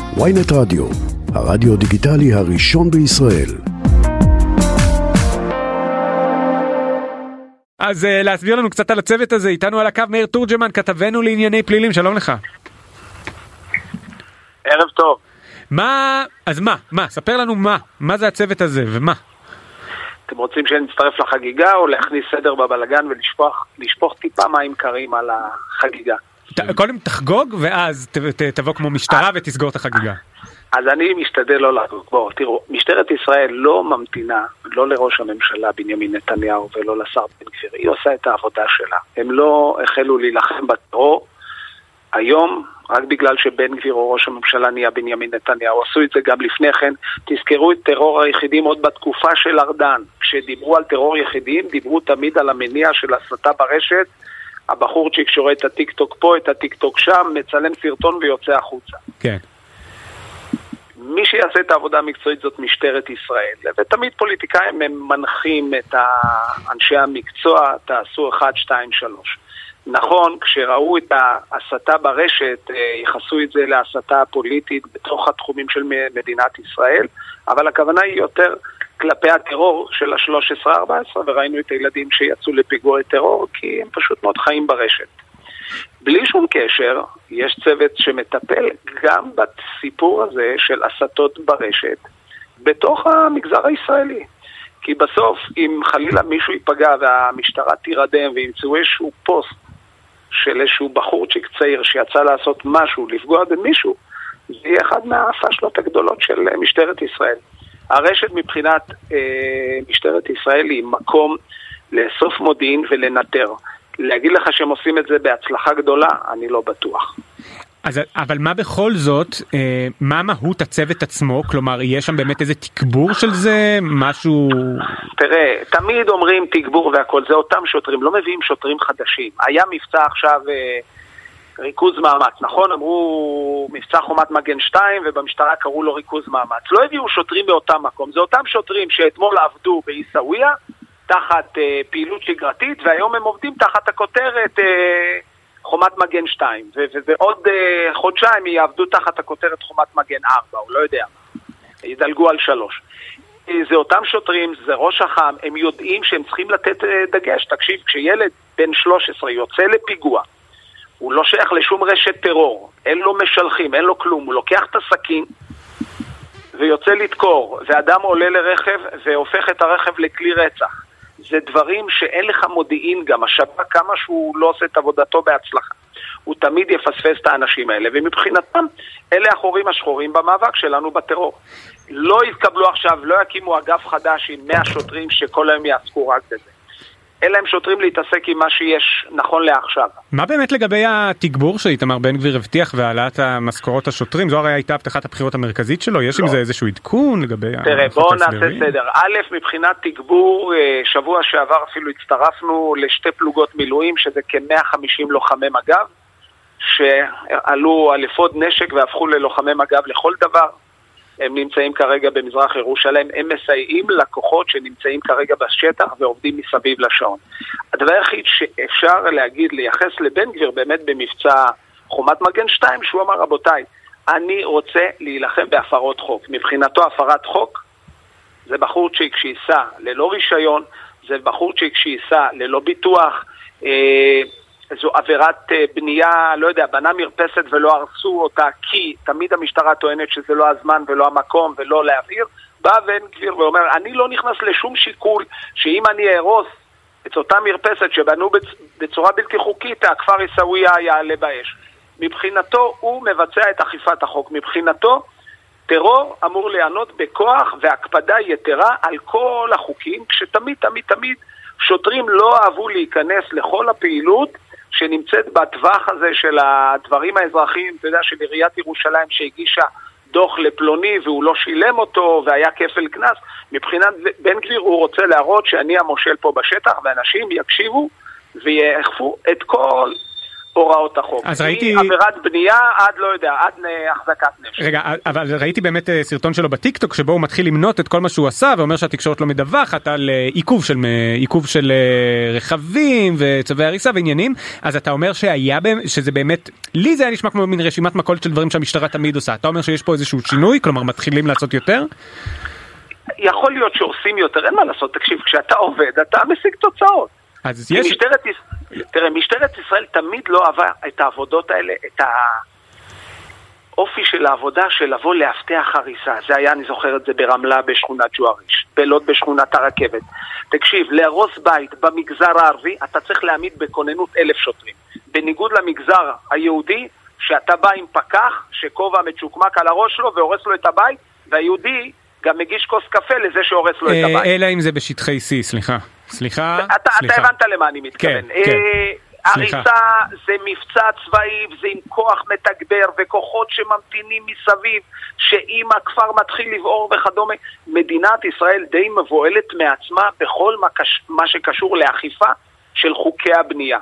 ynet רדיו, הרדיו דיגיטלי הראשון בישראל. אז להסביר לנו קצת על הצוות הזה, איתנו על הקו מאיר תורג'מן, כתבנו לענייני פלילים, שלום לך. ערב טוב. אז מה? ספר לנו מה זה הצוות הזה ומה? אתם רוצים שנצטרף לחגיגה או להכניס סדר בבלגן ולשפוך טיפה מים קרים על החגיגה? קודם תחגוג ואז תבוא כמו משטרה ותסגור את החגיגה. אז אני משתדל לא לחגוג. בואו, תראו, משטרת ישראל לא ממתינה, לא לראש הממשלה בנימין נתניהו ולא לשר בן גביר. היא עושה את העבודה שלה. הם לא החלו להילחם בטרור היום, רק בגלל שבן גביר או ראש הממשלה נהיה בנימין נתניהו. עשו את זה גם לפני כן. תזכרו את טרור היחידים עוד בתקופה של ארדן. כשדיברו על טרור יחידים, דיברו תמיד על המניע של הסתה ברשת. הבחורצ'יק שרואה את הטיק-טוק פה, את הטיק-טוק שם, מצלם סרטון ויוצא החוצה. כן. מי שיעשה את העבודה המקצועית זאת משטרת ישראל, ותמיד פוליטיקאים הם מנחים את אנשי המקצוע, תעשו 1, 2, 3. נכון, כשראו את ההסתה ברשת, יחסו את זה להסתה פוליטית בתוך התחומים של מדינת ישראל, אבל הכוונה היא יותר כלפי הטרור של ה-13-14, וראינו את הילדים שיצאו לפיגועי טרור, כי הם פשוט מאוד חיים ברשת. בלי שום קשר, יש צוות שמטפל גם בסיפור הזה של הסתות ברשת, בתוך המגזר הישראלי. כי בסוף, אם חלילה מישהו ייפגע והמשטרה תירדם וימצאו איזשהו פוסט של איזשהו בחורצ'יק צעיר שיצא לעשות משהו, לפגוע במישהו, זה יהיה אחד מהפשלות הגדולות של משטרת ישראל. הרשת מבחינת משטרת ישראל היא מקום לאסוף מודיעין ולנטר. להגיד לך שהם עושים את זה בהצלחה גדולה, אני לא בטוח. אבל מה בכל זאת, מה מהות הצוות עצמו? כלומר, יש שם באמת איזה תגבור של זה? משהו... תראה, תמיד אומרים תגבור והכל, זה אותם שוטרים, לא מביאים שוטרים חדשים. היה מבצע עכשיו ריכוז מאמץ, נכון? אמרו מבצע חומת מגן 2 ובמשטרה קראו לו ריכוז מאמץ. לא הביאו שוטרים באותם מקום, זה אותם שוטרים שאתמול עבדו בעיסאוויה, תחת פעילות שגרתית, והיום הם עובדים תחת הכותרת חומת מגן 2, ועוד חודשיים יעבדו תחת הכותרת חומת מגן 4, או לא יודע מה, ידלגו על 3. זה אותם שוטרים, זה ראש אח"ם, הם יודעים שהם צריכים לתת דגש. תקשיב, כשילד בן 13 יוצא לפיגוע, הוא לא שייך לשום רשת טרור, אין לו משלחים, אין לו כלום, הוא לוקח את הסכין ויוצא לדקור, ואדם עולה לרכב והופך את הרכב לכלי רצח. זה דברים שאין לך מודיעין גם, השב"כ כמה שהוא לא עושה את עבודתו בהצלחה. הוא תמיד יפספס את האנשים האלה, ומבחינתם אלה החורים השחורים במאבק שלנו בטרור. לא יתקבלו עכשיו, לא יקימו אגף חדש עם 100 שוטרים שכל היום יעסקו רק בזה. אלא הם שוטרים להתעסק עם מה שיש נכון לעכשיו. מה באמת לגבי התגבור שאיתמר בן גביר הבטיח והעלאת המשכורות השוטרים? זו הרי הייתה הבטחת הבחירות המרכזית שלו, יש עם זה איזשהו עדכון לגבי... תראה, בואו נעשה סדר. א', מבחינת תגבור, שבוע שעבר אפילו הצטרפנו לשתי פלוגות מילואים, שזה כ-150 לוחמי מג"ב, שעלו אלפות נשק והפכו ללוחמי מג"ב לכל דבר. הם נמצאים כרגע במזרח ירושלים, הם מסייעים לכוחות שנמצאים כרגע בשטח ועובדים מסביב לשעון. הדבר היחיד שאפשר להגיד, לייחס לבן גביר באמת במבצע חומת מגן 2, שהוא אמר, רבותיי, אני רוצה להילחם בהפרות חוק. מבחינתו הפרת חוק זה בחורצ'יק שייסע ללא רישיון, זה בחורצ'יק שייסע ללא ביטוח, זו עבירת בנייה, לא יודע, בנה מרפסת ולא הרסו אותה, כי תמיד המשטרה טוענת שזה לא הזמן ולא המקום ולא להעביר. בא בן גביר ואומר, אני לא נכנס לשום שיקול שאם אני ארוס את אותה מרפסת שבנו בצורה בלתי חוקית, הכפר עיסאוויה יעלה באש. מבחינתו הוא מבצע את אכיפת החוק. מבחינתו טרור אמור לענות בכוח והקפדה יתרה על כל החוקים, כשתמיד תמיד תמיד שוטרים לא אהבו להיכנס לכל הפעילות שנמצאת בטווח הזה של הדברים האזרחיים, אתה יודע, של עיריית ירושלים שהגישה דוח לפלוני והוא לא שילם אותו והיה כפל כנס. מבחינת בן גביר הוא רוצה להראות שאני המושל פה בשטח, ואנשים יקשיבו ויאכפו את כל הוראות החוק. אז ראיתי... עבירת בנייה עד לא יודע, עד החזקת נשק. רגע, אבל ראיתי באמת סרטון שלו בטיקטוק, שבו הוא מתחיל למנות את כל מה שהוא עשה, ואומר שהתקשורת לא מדווחת על עיכוב של רכבים וצווי הריסה ועניינים, אז אתה אומר שזה באמת, לי זה היה נשמע כמו מין רשימת מכולת של דברים שהמשטרה תמיד עושה. אתה אומר שיש פה איזשהו שינוי, כלומר מתחילים לעשות יותר? יכול להיות שעושים יותר, אין מה לעשות, תקשיב, כשאתה עובד, אתה משיג תוצאות. אז יש... משטרת ישראל תמיד לא אהבה את העבודות האלה, את האופי של העבודה של לבוא להבטח הריסה. זה היה, אני זוכר את זה ברמלה בשכונת ג'ואריש, בלוד בשכונת הרכבת. תקשיב, להרוס בית במגזר הערבי, אתה צריך להעמיד בכוננות 1,000 שוטרים. בניגוד למגזר היהודי, שאתה בא עם פקח, שכובע מצ'וקמק על הראש שלו והורס לו את הבית, והיהודי גם מגיש כוס קפה לזה שהורס לו את הבית. אלא אם זה בשטחי C, סליחה. אתה הבנת למה אני מתכוון. כן. הריסה זה מבצע צבאי, זה עם כוח מתגבר וכוחות שממתינים מסביב, שאם הכפר מתחיל לבעור וכדומה. מדינת ישראל די מבועלת מעצמה בכל מה שקשור לאכיפה של חוקי הבנייה.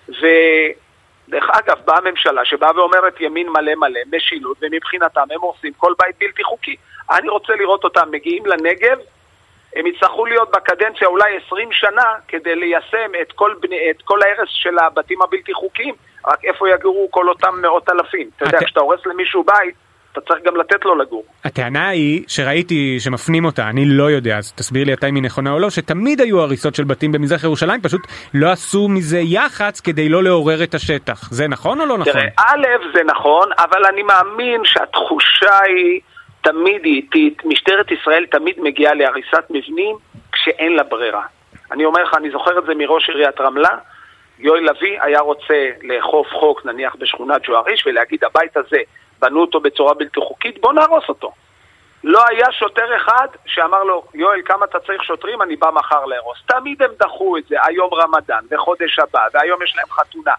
ודרך אגב, באה הממשלה שבאה ואומרת ימין מלא מלא, משילות, ומבחינתם הם עושים כל בית בלתי חוקי. אני רוצה לראות אותם מגיעים לנגב, הם יצטרכו להיות בקדנציה אולי 20 שנה כדי ליישם את כל ההרס של הבתים הבלתי חוקיים, רק איפה יגורו כל אותם מאות אלפים. אתה יודע, כשאתה הורס למישהו בית, אתה צריך גם לתת לו לגור. הטענה היא שראיתי שמפנים אותה, אני לא יודע, אז תסביר לי אתה אם היא נכונה או לא, שתמיד היו הריסות של בתים במזרח ירושלים, פשוט לא עשו מזה יחץ כדי לא לעורר את השטח. זה נכון או לא נכון? תראה, א', זה נכון, אבל אני מאמין שהתחושה היא תמיד איטית, משטרת ישראל תמיד מגיעה להריסת מבנים כשאין לה ברירה. אני אומר לך, אני זוכר את זה מראש עיריית רמלה, יואל לוי היה רוצה לאכוף חוק נניח בשכונת ג'ואריש ולהגיד הבית הזה בנו אותו בצורה בלתי חוקית, בוא נהרוס אותו. לא היה שוטר אחד שאמר לו, יואל כמה אתה צריך שוטרים, אני בא מחר להרוס. תמיד הם דחו את זה, היום רמדאן וחודש הבא והיום יש להם חתונה.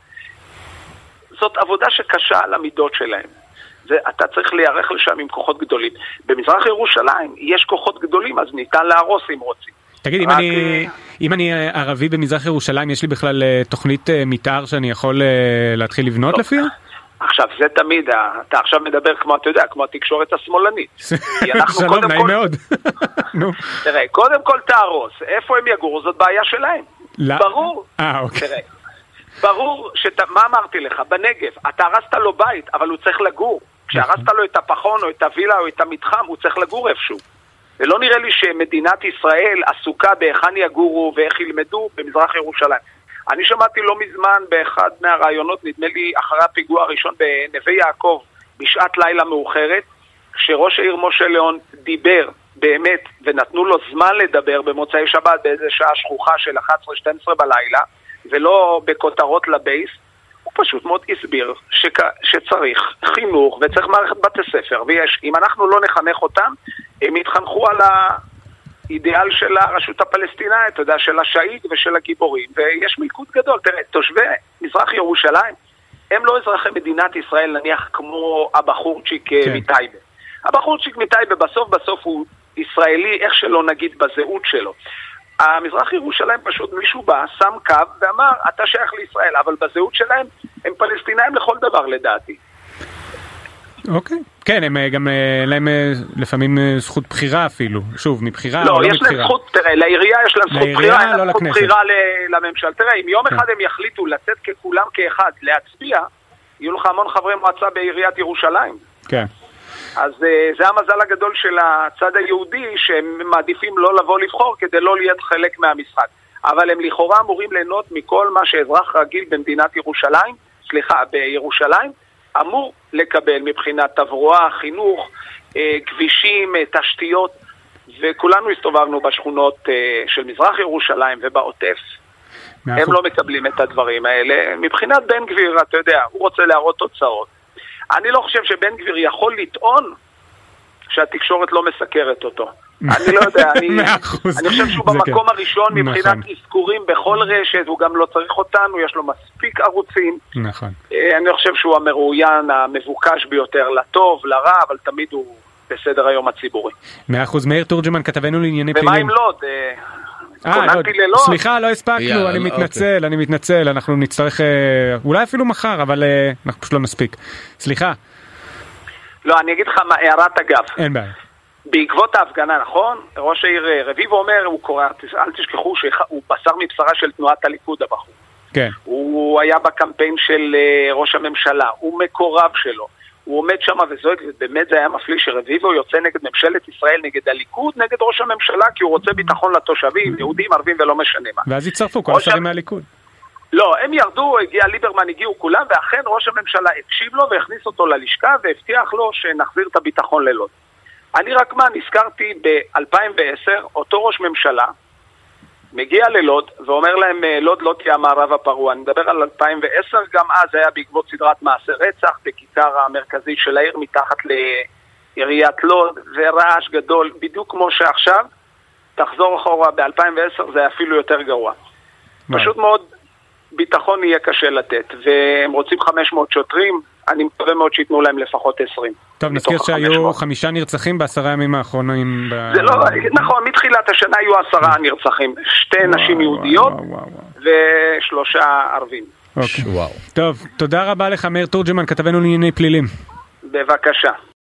זאת עבודה שקשה על המידות שלהם. אתה צריך להיערך לשם עם כוחות גדולים. במזרח ירושלים יש כוחות גדולים, אז ניתן להרוס אם רוצים. תגיד, אם אני ערבי במזרח ירושלים, יש לי בכלל תוכנית מתאר שאני יכול להתחיל לבנות לפיה? עכשיו, זה תמיד, אתה עכשיו מדבר כמו, אתה יודע, כמו התקשורת השמאלנית. שלום, נעים מאוד. תראה, קודם כל תהרוס. איפה הם יגורו? זאת בעיה שלהם. ברור. אוקיי. תראה, ברור מה אמרתי לך? בנגב, אתה הרסת לו בית, אבל הוא צריך לגור. כשהרסת לו את הפחון או את הווילה או את המתחם, הוא צריך לגור איפשהו. ולא נראה לי שמדינת ישראל עסוקה בהיכן יגורו ואיך ילמדו במזרח ירושלים. אני שמעתי לא מזמן באחד מהרעיונות, נדמה לי אחרי הפיגוע הראשון בנווה יעקב, בשעת לילה מאוחרת, כשראש העיר משה ליאון דיבר באמת, ונתנו לו זמן לדבר במוצאי שבת באיזה שעה שכוחה של 11-12 בלילה, ולא בכותרות לבייס, הוא פשוט מאוד הסביר שצריך חינוך וצריך מערכת בתי ספר, אם אנחנו לא נחנך אותם, הם יתחנכו על האידיאל של הרשות הפלסטינאית, אתה יודע, של השהיד ושל הגיבורים, ויש מלכוד גדול. תראה, תושבי מזרח ירושלים, הם לא אזרחי מדינת ישראל, נניח כמו הבחורצ'יק מטייבה. הבחורצ'יק מטייבה בסוף הוא ישראלי, איך שלא נגיד בזהות שלו. המזרח ירושלים פשוט מישהו בא, שם קו ואמר, אתה שייך לישראל, אבל בזהות שלהם הם פלסטינאים לכל דבר לדעתי. אוקיי. כן, הם גם להם לפעמים זכות בחירה אפילו. שוב, מבחירה או לא מבחירה. לא, יש להם זכות, תראה, לעירייה יש להם זכות בחירה, אין להם זכות בחירה לממשל. תראה, אם יום אחד הם יחליטו לצאת ככולם כאחד, להצביע, יהיו לך המון חברי מועצה בעיריית ירושלים. כן. אז זה המזל הגדול של הצד היהודי, שהם מעדיפים לא לבוא לבחור כדי לא להיות חלק מהמשחק. אבל הם לכאורה אמורים ליהנות מכל מה שאזרח רגיל במדינת ירושלים, בירושלים, אמור לקבל מבחינת תברואה, חינוך, כבישים, תשתיות, וכולנו הסתובבנו בשכונות של מזרח ירושלים ובעוטף. הם לא מקבלים את הדברים האלה. מבחינת בן גביר, אתה יודע, הוא רוצה להראות תוצאות. אני לא חושב שבן גביר יכול לטעון שהתקשורת לא מסקרת אותו. אני לא יודע, אני חושב שהוא במקום הראשון מבחינת אזכורים בכל רשת, הוא גם לא צריך אותנו, יש לו מספיק ערוצים. נכון. אני חושב שהוא המרואיין המבוקש ביותר, לטוב, לרע, אבל תמיד הוא בסדר היום הציבורי. 100%. מאיר תורג'מן, כתבנו לענייני פלילים. ומה אם לא? התכוננתי ללוד. סליחה, לא הספקנו, אני מתנצל, אנחנו נצטרך, אולי אפילו מחר, אבל אנחנו פשוט לא נספיק. סליחה. לא, אני אגיד לך מה, הערת אגב. אין בעיה. בעקבות ההפגנה, נכון? ראש העיר רביבו אומר, אל תשכחו שהוא בשר מבשרה של תנועת הליכוד הבחור. כן. הוא היה בקמפיין של ראש הממשלה, הוא מקורב שלו. הוא עומד שם וזועק, ובאמת זה היה מפליא שרביבו יוצא נגד ממשלת ישראל, נגד הליכוד, נגד ראש הממשלה, כי הוא רוצה ביטחון לתושבים, יהודים, ערבים ולא משנה מה. ואז יצטרפו כל השרים מהליכוד. לא, הם ירדו, הגיע ליברמן, הגיעו כולם, ואכן ראש הממשלה הקשיב לו והכניס אותו ללשכה, והבטיח לו שנחזיר את הביטחון ללוד. אני רק נזכרתי ב-2010, אותו ראש ממשלה, מגיע ללוד ואומר להם, לוד לא תהיה המערב הפרוע. אני מדבר על 2010, גם אז היה בעקבות סדרת מעשה רצח בכיכר המרכזית של העיר מתחת לעיריית לוד, ורעש גדול, בדיוק כמו שעכשיו. תחזור אחורה, ב-2010 זה אפילו יותר גרוע. פשוט מאוד ביטחון יהיה קשה לתת, והם רוצים 500 שוטרים, אני מקווה מאוד שיתנו להם לפחות 20. טוב, נזכיר שהיו 5 נרצחים ב10 ימים האחרונים. זה לא, נכון, מתחילת השנה היו 10 נרצחים, 2 נשים יהודיות ו3 ערבים. טוב, תודה רבה לך מאיר תורג'מן, כתבנו לענייני פלילים. בבקשה.